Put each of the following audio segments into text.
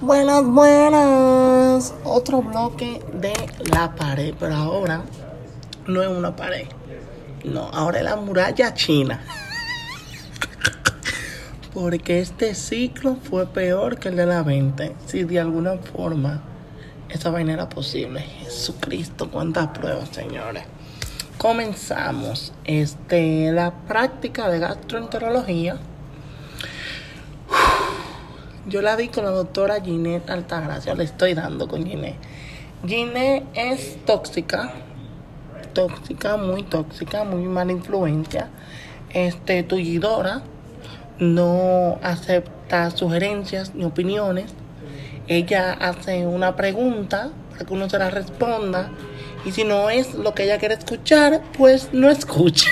Buenas, buenas. Otro bloque de la pared, pero ahora no es una pared. No, ahora es la muralla china. Porque este ciclo fue peor que el de la 20. Si de alguna forma esa vaina era posible. Jesucristo, cuántas pruebas, señores. Comenzamos la práctica de gastroenterología. Yo la di con la doctora Ginette Altagracia. Le estoy dando con Ginette. Ginette es tóxica, muy mala influencia. Tullidora. No acepta sugerencias ni opiniones. Ella hace una pregunta para que uno se la responda. Y si no es lo que ella quiere escuchar, pues no escucha.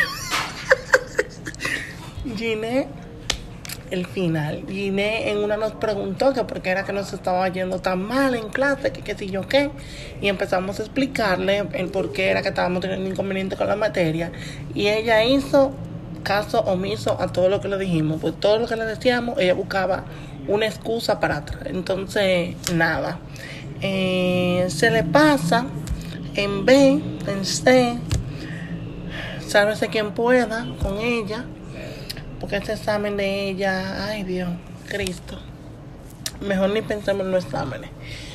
Ginette, el final. Ginette en una nos preguntó que por qué era que nos estaba yendo tan mal en clase, que qué sé yo qué. Y empezamos a explicarle el por qué era que estábamos teniendo inconveniente con la materia. Y ella hizo caso omiso a todo lo que le dijimos. Pues todo lo que le decíamos, ella buscaba una excusa para atrás. Entonces, nada. Se le pasa en B, en C. Sálvese quien pueda con ella. Porque este examen de ella, ay Dios, Cristo. Mejor ni pensemos en los exámenes.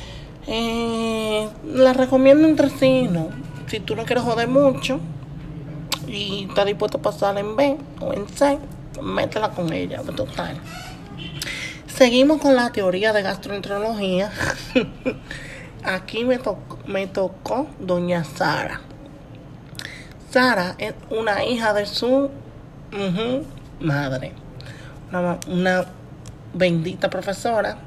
La recomiendo entre sí, ¿no? Si tú no quieres joder mucho y estás dispuesto a pasar en B o en C, métela con ella, total. Seguimos con la teoría de gastroenterología. Aquí me tocó doña Sara. Sara es una hija de su madre. Una bendita profesora.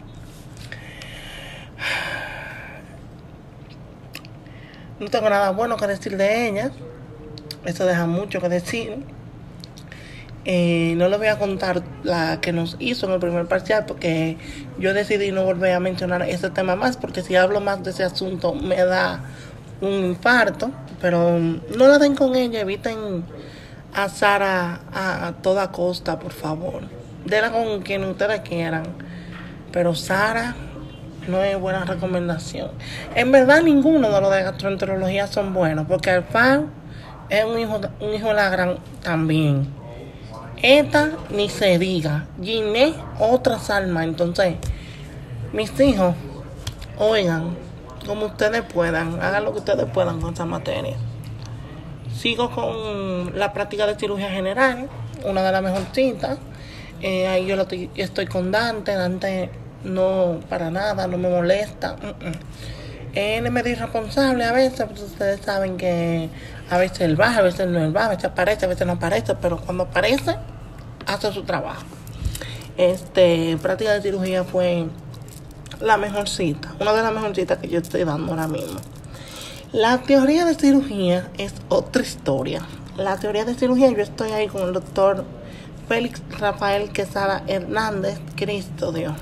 No tengo nada bueno que decir de ella. Eso deja mucho que decir. No les voy a contar la que nos hizo en el primer parcial porque yo decidí no volver a mencionar ese tema más, porque si hablo más de ese asunto me da un infarto. Pero no la den con ella, eviten a Sara a toda costa, por favor. Denla con quien ustedes quieran, pero Sara no es buena recomendación. En verdad ninguno de los de gastroenterología son buenos, porque Alfaro es un hijo de la gran también. Esta ni se diga. Ginette, otra salma. Entonces, mis hijos, oigan, como ustedes puedan, hagan lo que ustedes puedan con esta materia. Sigo con la práctica de cirugía general, una de las mejorcitas. Ahí yo estoy con Dante. Dante no, para nada, no me molesta. Él es medio irresponsable a veces, pues ustedes saben que a veces él baja, a veces no él baja, a veces aparece, a veces no aparece, pero cuando aparece, hace su trabajo. Práctica de cirugía fue la mejorcita, una de las mejorcitas que yo estoy dando ahora mismo. La teoría de cirugía es otra historia. La teoría de cirugía, yo estoy ahí con el doctor Félix Rafael Quesada Hernández. Cristo Dios.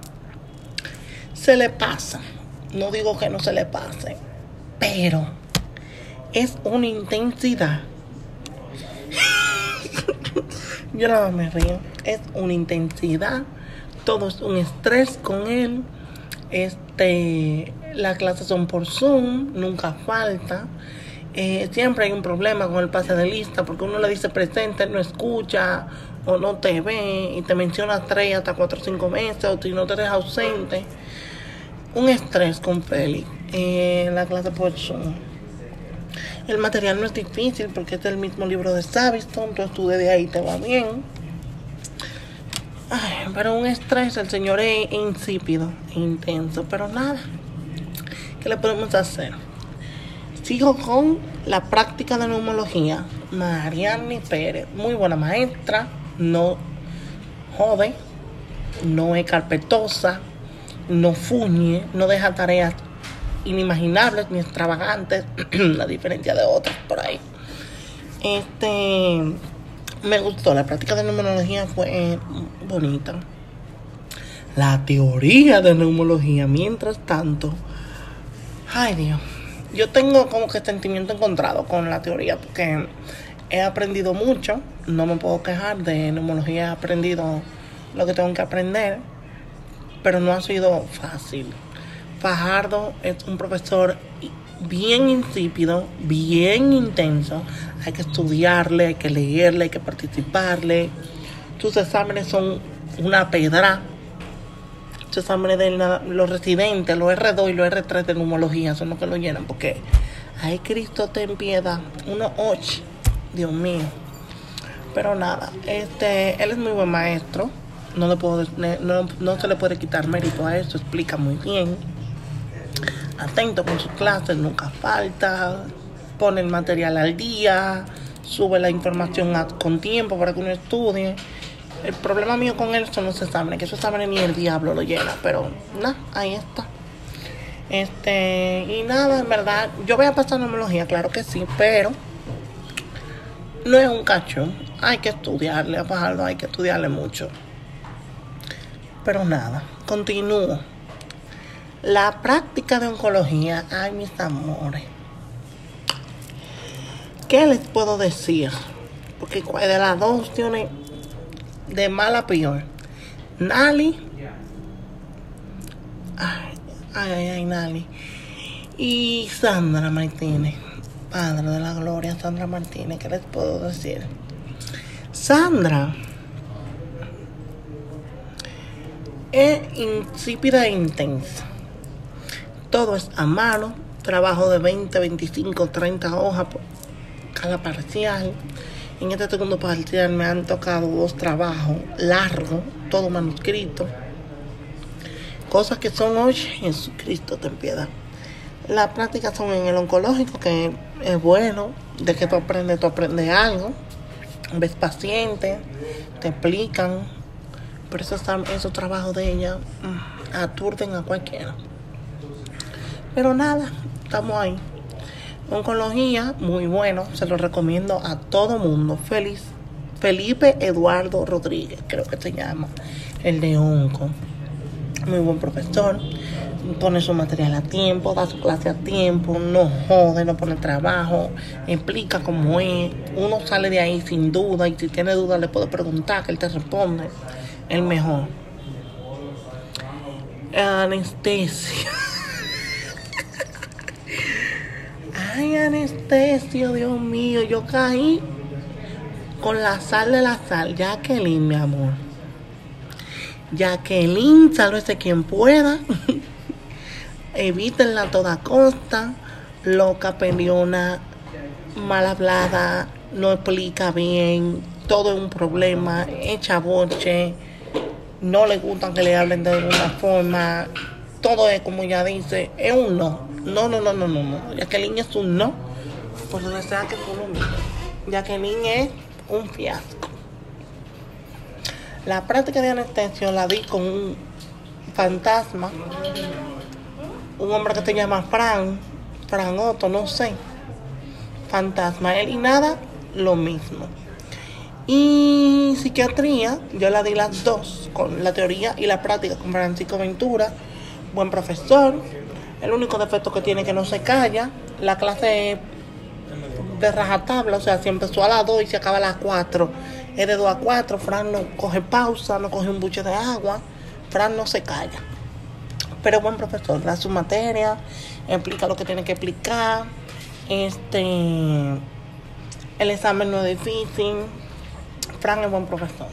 Se le pasa. No digo que no se le pase, pero es una intensidad. Yo nada más me río. Es una intensidad. Todo es un estrés con él. Las clases son por Zoom, nunca falta. Siempre hay un problema con el pase de lista, porque uno le dice presente, él no escucha o no te ve y te menciona 3 hasta 4 o 5 meses, o si no te deja ausente. Un estrés con Félix en la clase por Zoom. El material no es difícil porque es el mismo libro de Savistone, entonces tú desde ahí te va bien. Ay, pero un estrés, el señor es insípido, intenso, pero nada. ¿Qué le podemos hacer? Sigo con la práctica de neumología. Mariani Pérez, muy buena maestra, no jode, no es carpetosa, no fuñe, no deja tareas inimaginables ni extravagantes, la diferencia de otras por ahí. Me gustó, la práctica de neumología fue bonita. La teoría de neumología, mientras tanto, ay Dios, yo tengo como que sentimiento encontrado con la teoría porque he aprendido mucho, no me puedo quejar de neumología, he aprendido lo que tengo que aprender, pero no ha sido fácil. Fajardo es un profesor bien insípido, bien intenso. Hay que estudiarle, hay que leerle, hay que participarle. Sus exámenes son una pedra. Sus exámenes de los residentes, los R2 y los R3 de neumología son los que lo llenan, porque ay, Cristo ten piedad, uno och, Dios mío. Pero nada, él es muy buen maestro, no se le puede quitar mérito a eso, explica muy bien, atento con sus clases, nunca falta, pone el material al día, sube la información con tiempo para que uno estudie. El problema mío con él son los exámenes, que esos exámenes ni el diablo lo llena, pero nada, ahí está. Y nada, en verdad, yo voy a pasar neumología, claro que sí, pero no es un cachón. Hay que estudiarle a Fajardo, hay que estudiarle mucho. Pero nada, continúo. La práctica de oncología, ay, mis amores. ¿Qué les puedo decir? Porque de las dos opciones, de mala a peor. Nali. Ay, Nali. Y Sandra Martínez. Padre de la gloria, Sandra Martínez. ¿Qué les puedo decir? Sandra es insípida e intensa. Todo es a mano. Trabajo de 20, 25, 30 hojas por cada parcial. En este segundo parcial me han tocado 2 trabajos largos, todo manuscrito. Cosas que son hoy, Jesucristo ten piedad. Las prácticas son en el oncológico, que es bueno, de que tú aprendes algo. Ves pacientes, te explican. Pero esos trabajos de ella aturden a cualquiera. Pero nada, estamos ahí. Oncología, muy bueno, se lo recomiendo a todo mundo. Felipe Eduardo Rodríguez, creo que se llama, el de onco. Muy buen profesor, pone su material a tiempo, da su clase a tiempo, no jode, no pone trabajo, explica cómo es. Uno sale de ahí sin duda, y si tiene duda le puede preguntar, que él te responde. El mejor. Anestesia. Ay, anestesio, Dios mío, yo caí con la sal de la sal. Jacqueline, mi amor. Jacqueline, sálvese quien pueda. Evítenla a toda costa. Loca, peleona, mal hablada, no explica bien. Todo es un problema. Echa boche. No le gustan que le hablen de alguna forma. Todo es como ella dice, es un no. No. Jacqueline es un no, por donde sea que tú lo mires. Jacqueline es un fiasco. La práctica de anestesio la di con un fantasma, un hombre que se llama Fran Otto, no sé. Fantasma, él y nada, lo mismo. Y psiquiatría, yo la di las dos, con la teoría y la práctica con Francisco Ventura, buen profesor. El único defecto que tiene es que no se calla. La clase es de rajatabla, o sea, si empezó a las 2 y se acaba a las 4, es de 2 a 4. Fran no coge pausa, no coge un buche de agua. Fran no se calla. Pero buen profesor, da su materia, explica lo que tiene que explicar. El examen no es difícil. Fran es buen profesor.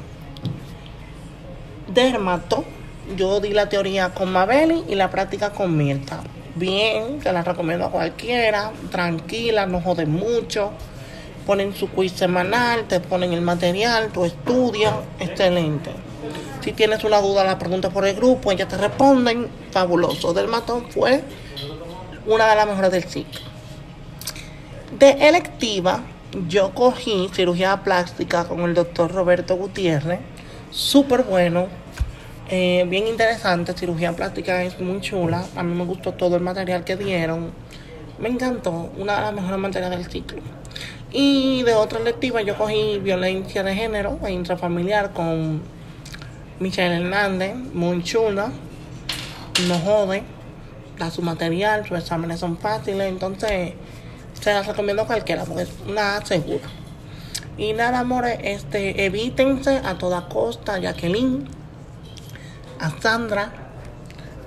Dermato, yo di la teoría con Mabeli y la práctica con Mirta. Bien, te la recomiendo a cualquiera, tranquila, no jode mucho. Ponen su quiz semanal, te ponen el material, tú estudias, excelente. Si tienes una duda, la preguntas por el grupo, ellas te responden, fabuloso. Dermato fue una de las mejores del ciclo. De electiva, yo cogí cirugía plástica con el doctor Roberto Gutiérrez, súper bueno. Bien interesante, cirugía plástica es muy chula. A mí me gustó todo el material que dieron. Me encantó, una de las mejores materias del ciclo. Y de otra electiva yo cogí violencia de género e intrafamiliar con Michelle Hernández, muy chula. No jode, da su material, sus exámenes son fáciles, entonces se las recomiendo a cualquiera porque es una segura. Y nada, amores, evítense a toda costa a Jacqueline, a Sandra,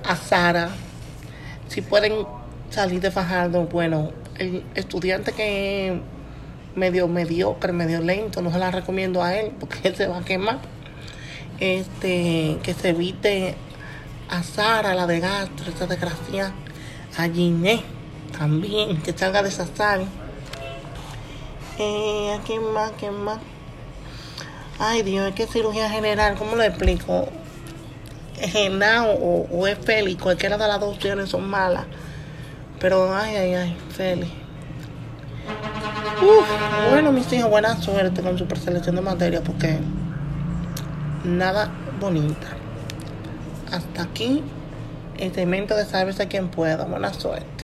a Sara. Si pueden salir de Fajardo, bueno, el estudiante que medio mediocre, medio lento, no se la recomiendo a él porque él se va a quemar. Que se evite a Sara, la de Gastro, esa desgracia, a Giné también, que salga de esa sal. ¿A quién más? ¿Quién más? Ay Dios, es que cirugía general, ¿cómo lo explico? Genao o es Félix, cualquiera de las dos opciones son malas. Pero ay, Félix. Bueno, mis hijos, buena suerte con su preselección de materia porque nada bonita. Hasta aquí el segmento de Sálvese quien pueda. Buena suerte.